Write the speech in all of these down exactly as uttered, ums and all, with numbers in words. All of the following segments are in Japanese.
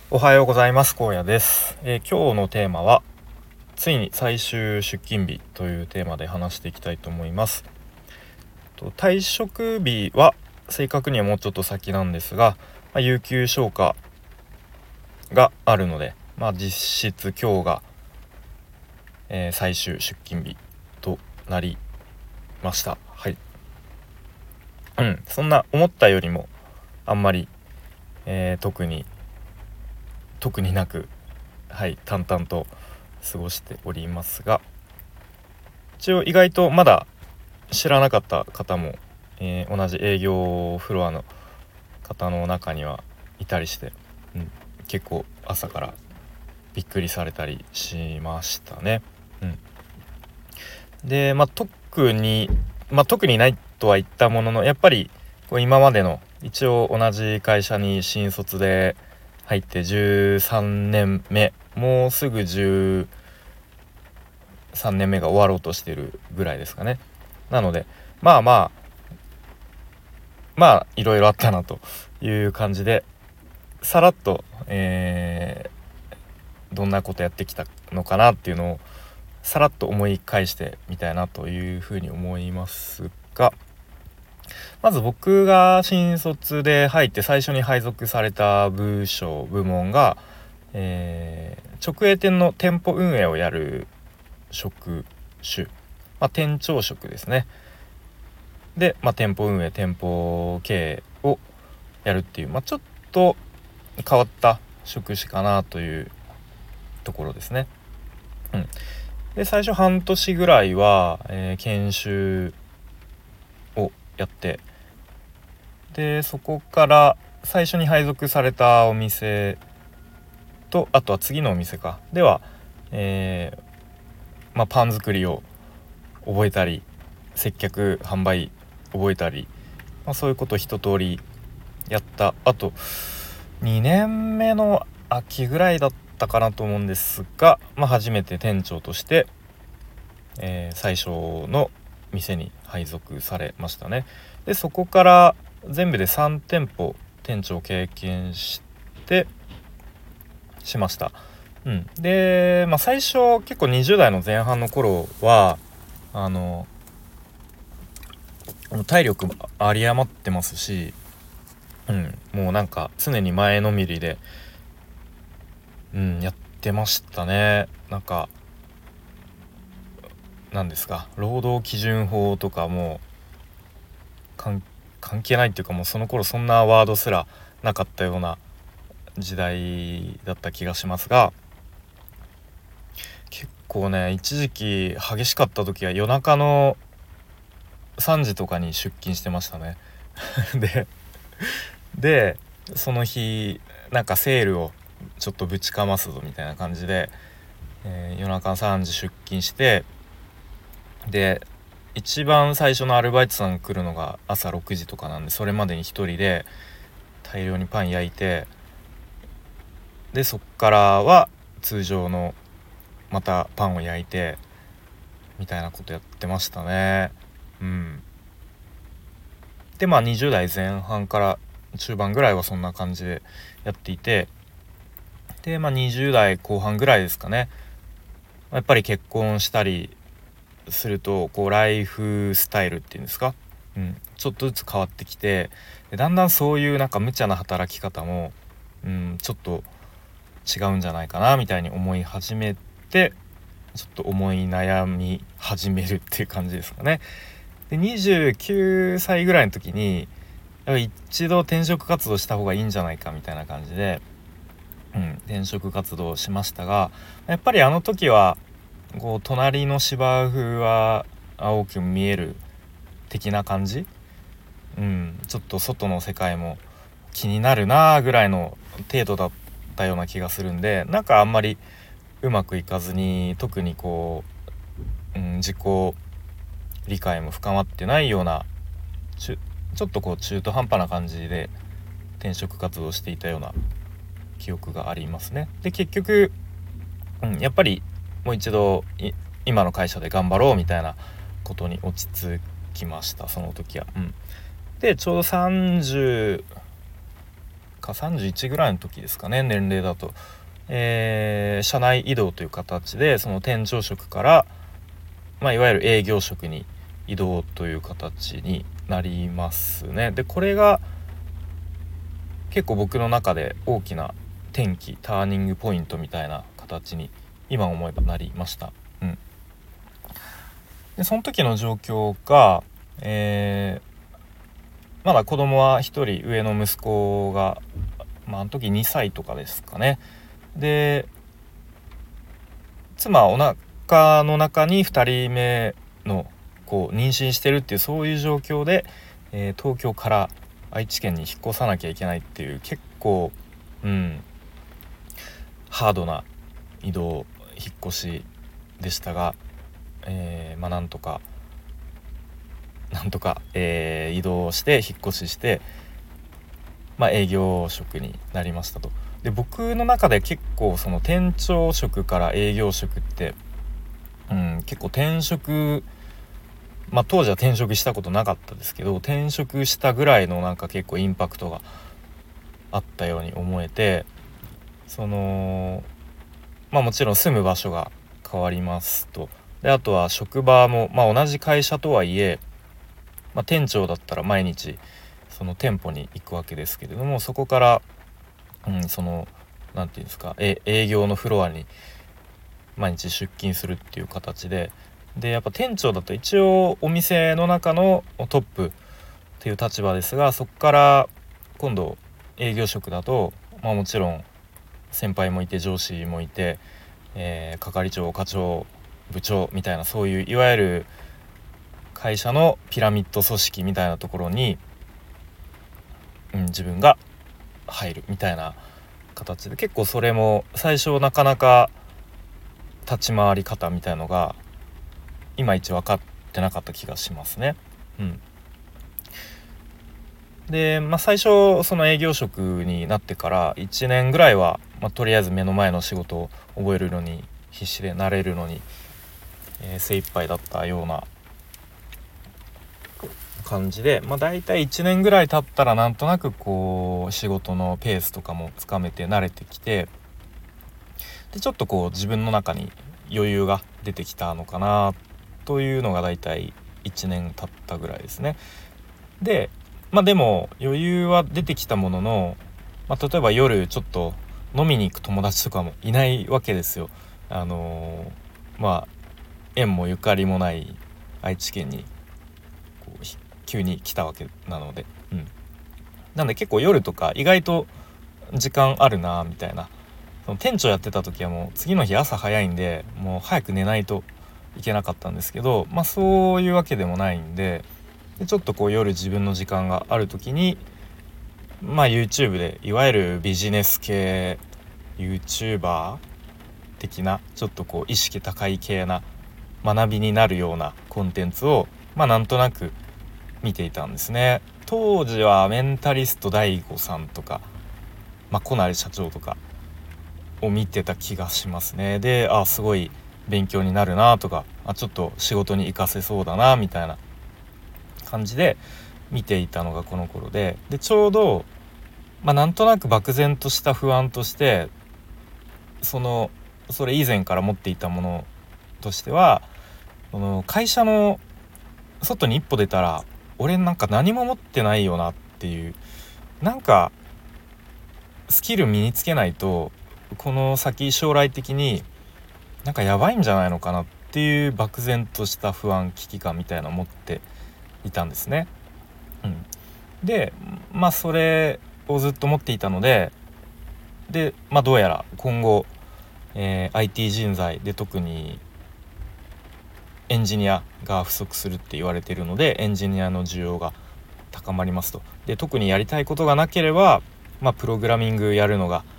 おはようございます。荒野です、えー今日のテーマはついに最終出勤日というテーマで話していきたいと思います。と退職日は正確にはもうちょっと先なんですが、まあ、有給消化があるので、まあ、実質今日が、えー最終出勤日となりました。はい、うん、そんな思ったよりもあんまり、えー特に特になく、はい、淡々と過ごしておりますが、一応意外とまだ知らなかった方も、えー同じ営業フロアの方の中にはいたりして、うん、結構朝からびっくりされたりしましたね。うん、で、まあ、特に、まあ、特にないとは言ったものの、やっぱりこう今までの一応同じ会社に新卒で入ってじゅうさんねんめ、もうすぐじゅうさんねんめが終わろうとしてるぐらいですかね。なのでまあまあまあいろいろあったなという感じで、さらっと、えーどんなことやってきたのかなっていうのをさらっと思い返してみたいなというふうに思いますが、まず僕が新卒で入って最初に配属された部署部門が、えー直営店の店舗運営をやる職種、まあ、店長職ですね。で、まあ、店舗運営店舗経営をやるっていう、まあ、ちょっと変わった職種かなというところですね。うん、で最初半年ぐらいは、えー研修をやって、でそこから最初に配属されたお店と、あとは次のお店かでは、えーまあ、パン作りを覚えたり、接客販売覚えたり、まあ、そういうことを一通りやった後、にねんめの秋ぐらいだったかなと思うんですが、まあ、初めて店長として、えー最初の店に配属されましたね。でそこから全部でさん店舗店長を経験してしました。うん、で、まあ、最初結構にじゅう代の前半の頃はあの体力も有り余ってますし、うん、もうなんか常に前のめりで、うん、やってましたね。なんかなんですか、労働基準法とかも関関係ないっていうか、もうその頃そんなワードすらなかったような時代だった気がしますが、結構ね一時期激しかった時は夜中のさんじとかに出勤してましたね。ででその日なんかセールをちょっとぶちかますぞみたいな感じで、えー夜中のさんじ出勤して、で一番最初のアルバイトさんが来るのが朝ろくじとかなんで、それまでに一人で大量にパン焼いて、でそっからは通常のまたパンを焼いてみたいなことやってましたね。うん。でまあにじゅう代前半から中盤ぐらいはそんな感じでやっていて、でまあにじゅう代後半ぐらいですかね、やっぱり結婚したりするとこうライフスタイルっていうんですか、うん、ちょっとずつ変わってきて、でだんだんそういうなんか無茶な働き方も、うん、ちょっと違うんじゃないかなみたいに思い始めて、ちょっと思い悩み始めるっていう感じですかね。でにじゅうきゅうさいぐらいの時にやっぱり一度転職活動した方がいいんじゃないかみたいな感じで、うん、転職活動をしましたが、やっぱりあの時はこう隣の芝生は青く見える的な感じ、うん、ちょっと外の世界も気になるなぐらいの程度だったような気がするんで、なんかあんまりうまくいかずに、特にこう、うん、自己理解も深まってないような、ちゅちょっとこう中途半端な感じで転職活動していたような記憶がありますね。で結局、うん、やっぱりもう一度今の会社で頑張ろうみたいなことに落ち着きました、その時は。うん、でちょうどさんじゅうかさんじゅういちぐらいの時ですかね、年齢だと、えー、社内移動という形でその店長職から、まあ、いわゆる営業職に移動という形になりますね。でこれが結構僕の中で大きな転機ターニングポイントみたいな形に今思えばなりました。うん、でその時の状況が、えー、まだ子供はひとり上の息子が、まあ、あの時にさいとかですかね。で妻はお腹の中にふたりめのこう妊娠してるっていうそういう状況で、えー、東京から愛知県に引っ越さなきゃいけないっていう結構、うん、ハードな移動引っ越しでしたが、えー、まあなんとかなんとか、えー、移動して引っ越しして、まあ、営業職になりましたと。で僕の中で結構その店長職から営業職って、うん、結構転職、まあ当時は転職したことなかったですけど、転職したぐらいのなんか結構インパクトがあったように思えて、そのまあもちろん住む場所が変わりますと。であとは職場も、まあ、同じ会社とはいえ、まあ、店長だったら毎日その店舗に行くわけですけれども、そこから、うん、そのなんていうんですか、え営業のフロアに毎日出勤するっていう形で、でやっぱ店長だと一応お店の中のトップっていう立場ですが、そこから今度営業職だと、まあ、もちろん先輩もいて上司もいて、えー、係長課長部長みたいな、そういういわゆる会社のピラミッド組織みたいなところに、うん、自分が入るみたいな形で、結構それも最初なかなか立ち回り方みたいのがいまいち分かってなかった気がしますね。うん、で、まあ、最初その営業職になってからいちねんぐらいは、まあ、とりあえず目の前の仕事を覚えるのに必死で慣れるのに、えー、精一杯だったような感じで、まあ、大体いちねんぐらい経ったらなんとなくこう仕事のペースとかもつかめて慣れてきて、でちょっとこう自分の中に余裕が出てきたのかなというのが大体いちねん経ったぐらいですね。でまあでも余裕は出てきたものの、まあ、例えば夜ちょっと飲みに行く友達とかもいないわけですよ。あのー、まあ縁もゆかりもない愛知県にこう急に来たわけなので、うん、なんで結構夜とか意外と時間あるなみたいな。その店長やってた時はもう次の日朝早いんで、もう早く寝ないといけなかったんですけど、まあそういうわけでもないんで、でちょっとこう夜自分の時間がある時に、まあ YouTube でいわゆるビジネス系 YouTuber 的なちょっとこう意識高い系な学びになるようなコンテンツをまあなんとなく見ていたんですね。当時はメンタリスト ダイゴ さんとか、まあ、小成社長とかを見てた気がしますね。で、あ、すごい勉強になるなとか、あ、ちょっと仕事に活かせそうだなみたいな感じで見ていたのがこの頃で、でちょうど、まあ、なんとなく漠然とした不安として、そのそれ以前から持っていたものとしては、この会社の外に一歩出たら俺なんか何も持ってないよなっていう、なんかスキル身につけないとこの先将来的になんかやばいんじゃないのかなっていう漠然とした不安危機感みたいなのを持っていたんですね。うん、でまあそれをずっと持っていたので、でまあどうやら今後、えー、アイティー 人材で特にエンジニアが不足するって言われているので、エンジニアの需要が高まりますと。で特にやりたいことがなければ、まあ、プログラミングやるのが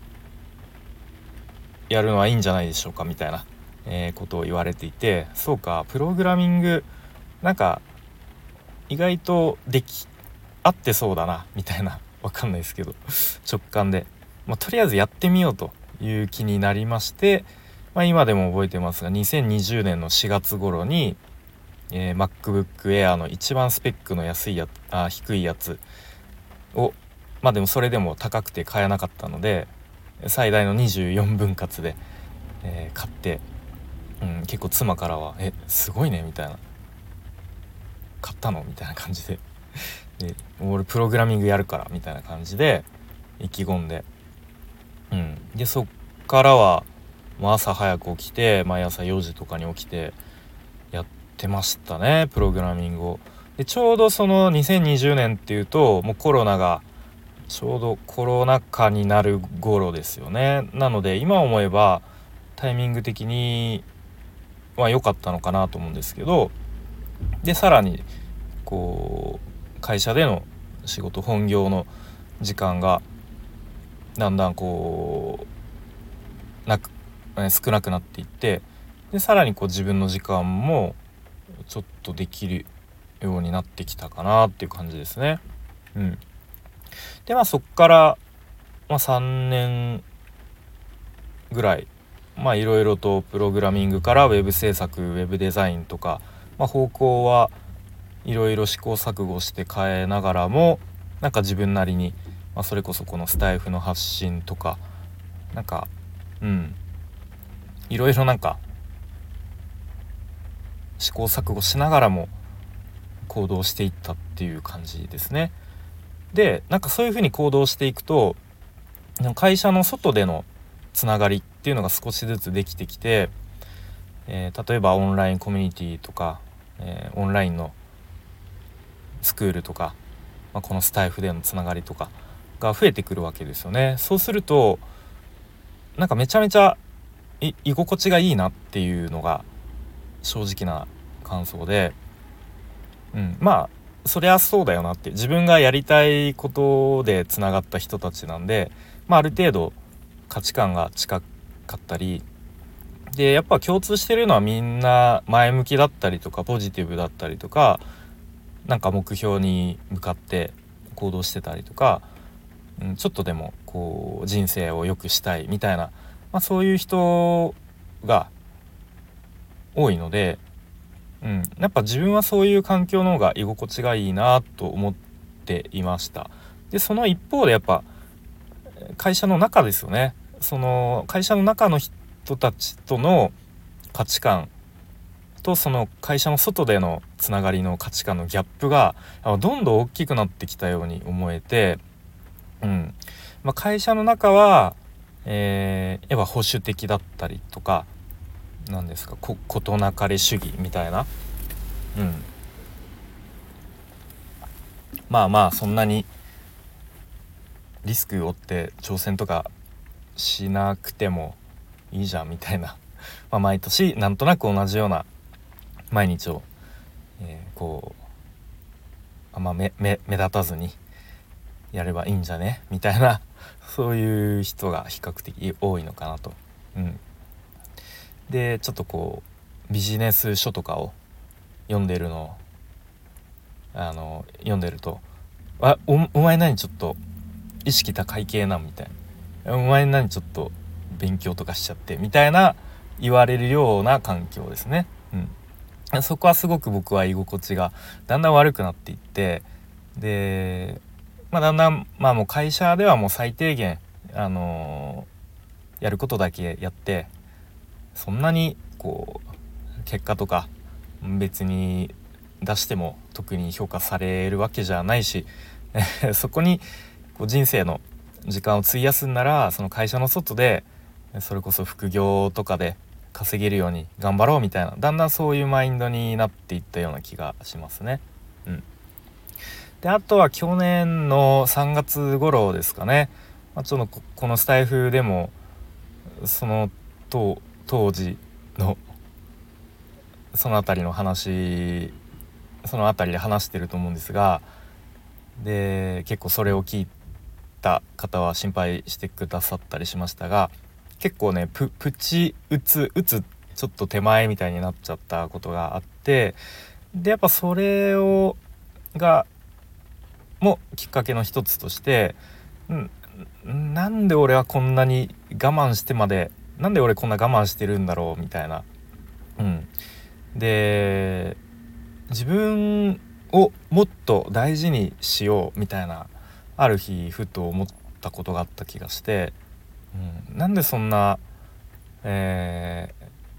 やるのはいいんじゃないでしょうかみたいな、えー、ことを言われていて、そうかプログラミングなんか意外とでき合ってそうだなみたいな、わかんないですけど直感で、まあ、とりあえずやってみようという気になりまして、まあ、今でも覚えてますがにせんにじゅうねんのしがつ頃に、えー、MacBook Air の一番スペックの安いやあ低いやつをまあでもそれでも高くて買えなかったので最大のにじゅうよんぶん割で、えー買って、うん、結構妻からは「えすごいね」みたいな「買ったの?」みたいな感じでで俺プログラミングやるからみたいな感じで意気込んで、うん、でそっからはもう朝早く起きて毎朝よじとかに起きてやってましたね、プログラミングを。でちょうどそのにせんにじゅうねんっていうともうコロナがちょうどコロナ禍になる頃ですよね。なので今思えばタイミング的には良かったのかなと思うんですけど、でさらにこう会社での仕事本業の時間がだんだんこうなく少なくなっていって、でさらにこう自分の時間もちょっとできるようになってきたかなっていう感じですね。うん、でまあそっから、まあ、さんねんぐらいまあいろいろとプログラミングからウェブ制作ウェブデザインとか、まあ、方向はいろいろ試行錯誤して変えながらもなんか自分なりに、まあ、それこそこのスタイフの発信とかなんかうんいろいろなんか試行錯誤しながらも行動していったっていう感じですね。でなんかそういうふうに行動していくと会社の外でのつながりっていうのが少しずつできてきて、えー、例えばオンラインコミュニティとか、えー、オンラインのスクールとか、まあ、このスタイフでのつながりとかが増えてくるわけですよね。そうするとなんかめちゃめちゃい居心地がいいなっていうのが正直な感想で、うん、まあそりゃそうだよなって自分がやりたいことでつながった人たちなんで、まあ、ある程度価値観が近かったりでやっぱ共通してるのはみんな前向きだったりとかポジティブだったりとかなんか目標に向かって行動してたりとか、うん、ちょっとでもこう人生を良くしたいみたいな、まあ、そういう人が多いので、うん、やっぱ自分はそういう環境の方が居心地がいいなと思っていました。でその一方でやっぱ会社の中ですよね。その会社の中の人たちとの価値観とその会社の外でのつながりの価値観のギャップがどんどん大きくなってきたように思えて、うんまあ、会社の中は、えー、やっぱ保守的だったりとかなんですかこ事なかれ主義みたいな、うん、まあまあそんなにリスクを負って挑戦とかしなくてもいいじゃんみたいなまあ毎年なんとなく同じような毎日を、えー、こうあんま目目目立たずにやればいいんじゃねみたいなそういう人が比較的多いのかなと。うん、でちょっとこうビジネス書とかを読んでるのをあの読んでるとあ お, お前何ちょっと意識高い系なみたいなお前何ちょっと勉強とかしちゃってみたいな言われるような環境ですね。うん、そこはすごく僕は居心地がだんだん悪くなっていってで、まあ、だんだんまあもう会社ではもう最低限あのー、やることだけやってそんなにこう結果とか別に出しても特に評価されるわけじゃないしそこにこう人生の時間を費やすんならその会社の外でそれこそ副業とかで稼げるように頑張ろうみたいなだんだんそういうマインドになっていったような気がしますね。うん、であとは去年のさんがつ頃ですかね、まあ、ちょっとこのスタイフでもその当当時のそのあたりの話そのあたりで話してると思うんですがで結構それを聞いた方は心配してくださったりしましたが結構ね プ, プチ打つ打つちょっと手前みたいになっちゃったことがあってでやっぱそれをがもきっかけの一つとしてんなんで俺はこんなに我慢してまでなんで俺こんな我慢してるんだろうみたいな、うん、で自分をもっと大事にしようみたいなある日ふと思ったことがあった気がして、うん、なんでそんな、え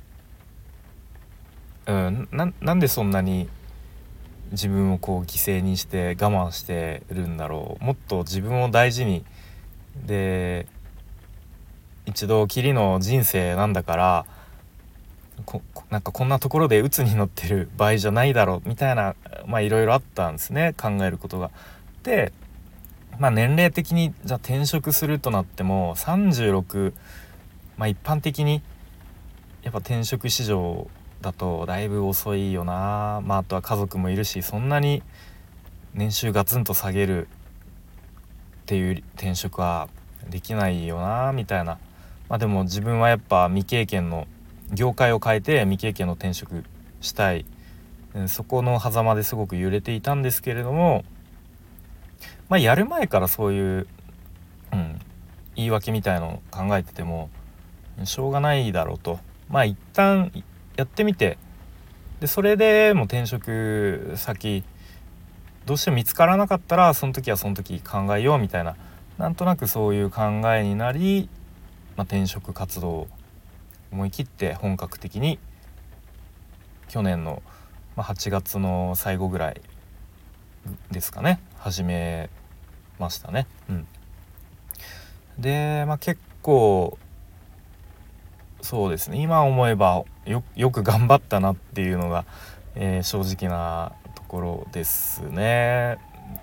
ーうん、な, なんでそんなに自分をこう犠牲にして我慢してるんだろう。もっと自分を大事に、で一度きりの人生なんだからこなんかこんなところで鬱になってる場合じゃないだろうみたいな、まあいろいろあったんですね、考えることが。で、まあ、年齢的にじゃあ転職するとなってもさんじゅうろく、まあ一般的にやっぱ転職市場だとだいぶ遅いよな。まああとは家族もいるし、そんなに年収ガツンと下げるっていう転職はできないよなみたいな。まあでも自分はやっぱ未経験の業界を変えて未経験の転職したい、そこの狭間ですごく揺れていたんですけれども、まあやる前からそういう、うん、言い訳みたいのを考えててもしょうがないだろうと、まあ一旦やってみて、でそれでも転職先どうしても見つからなかったらその時はその時考えようみたいな、なんとなくそういう考えになり、まあ、転職活動を思い切って本格的に去年のはちがつの最後ぐらいですかね、始めましたね。うん、で、まあ、結構そうですね、今思えば よ, よく頑張ったなっていうのが、えー、正直なところですね。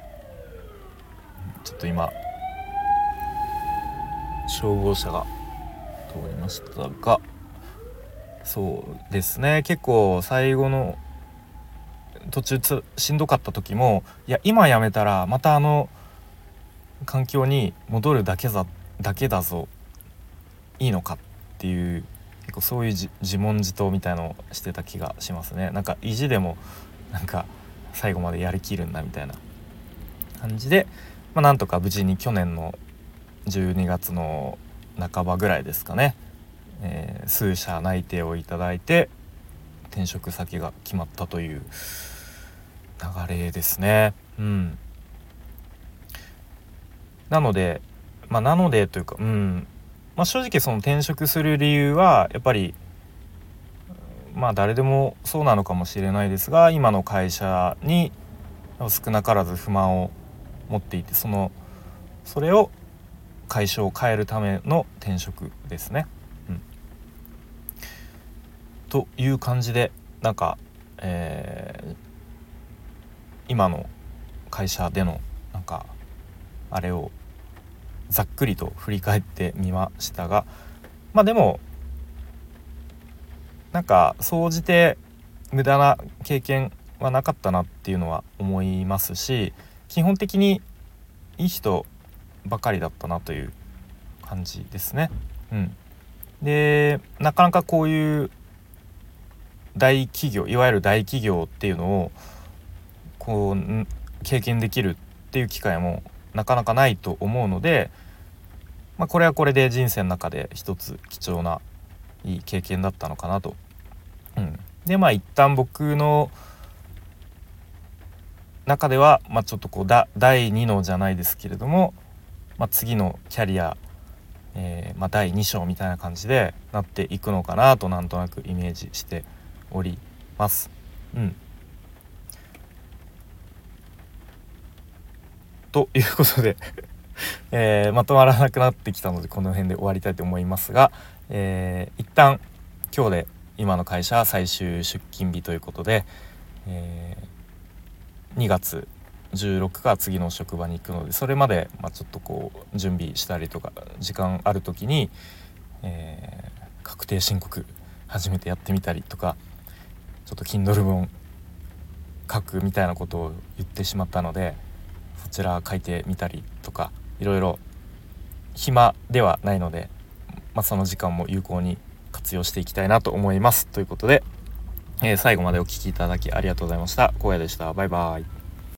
ちょっと今消防車が通りましたが、そうですね、結構最後の途中つしんどかった時も、いや今やめたらまたあの環境に戻るだけだだけだぞ、いいのかっていう、結構そういう自問自答みたいのをしてた気がしますね。なんか意地でもなんか最後までやりきるんだみたいな感じで、まあ、なんとか無事に去年のじゅうにがつの半ばぐらいですかね、えー、数社内定をいただいて転職先が決まったという流れですね。うん、なのでまあなのでというか、うんまあ、正直その転職する理由はやっぱりまあ誰でもそうなのかもしれないですが、今の会社に少なからず不満を持っていて、そのそれを解消を変えるための転職ですね。うん、という感じでなんか、えー、今の会社でのなんかあれをざっくりと振り返ってみましたが、まあでもなんか総じて無駄な経験はなかったなっていうのは思いますし、基本的にいい人ばかりだったなという感じですね。うん、でなかなかこういう大企業、いわゆる大企業っていうのをこう経験できるっていう機会もなかなかないと思うので、まあ、これはこれで人生の中で一つ貴重ないい経験だったのかなと。うん、でまあ一旦僕の中では、まあ、ちょっとこうだだいにのじゃないですけれども、まあ、次のキャリア、えーまあ、だいに章みたいな感じでなっていくのかなとなんとなくイメージしております。うん、ということで、えー、まとまらなくなってきたのでこの辺で終わりたいと思いますが、えー、一旦今日で今の会社最終出勤日ということで、えー、にがつじゅうろくが次の職場に行くので、それまで、まあ、ちょっとこう準備したりとか時間ある時に、えー、確定申告初めてやってみたりとか、ちょっと Kindle 本書くみたいなことを言ってしまったので、そちら書いてみたりとかいろいろ暇ではないので、まあ、その時間も有効に活用していきたいなと思います。ということで、えー、最後までお聞きいただきありがとうございました。荒野でした。バイバイ。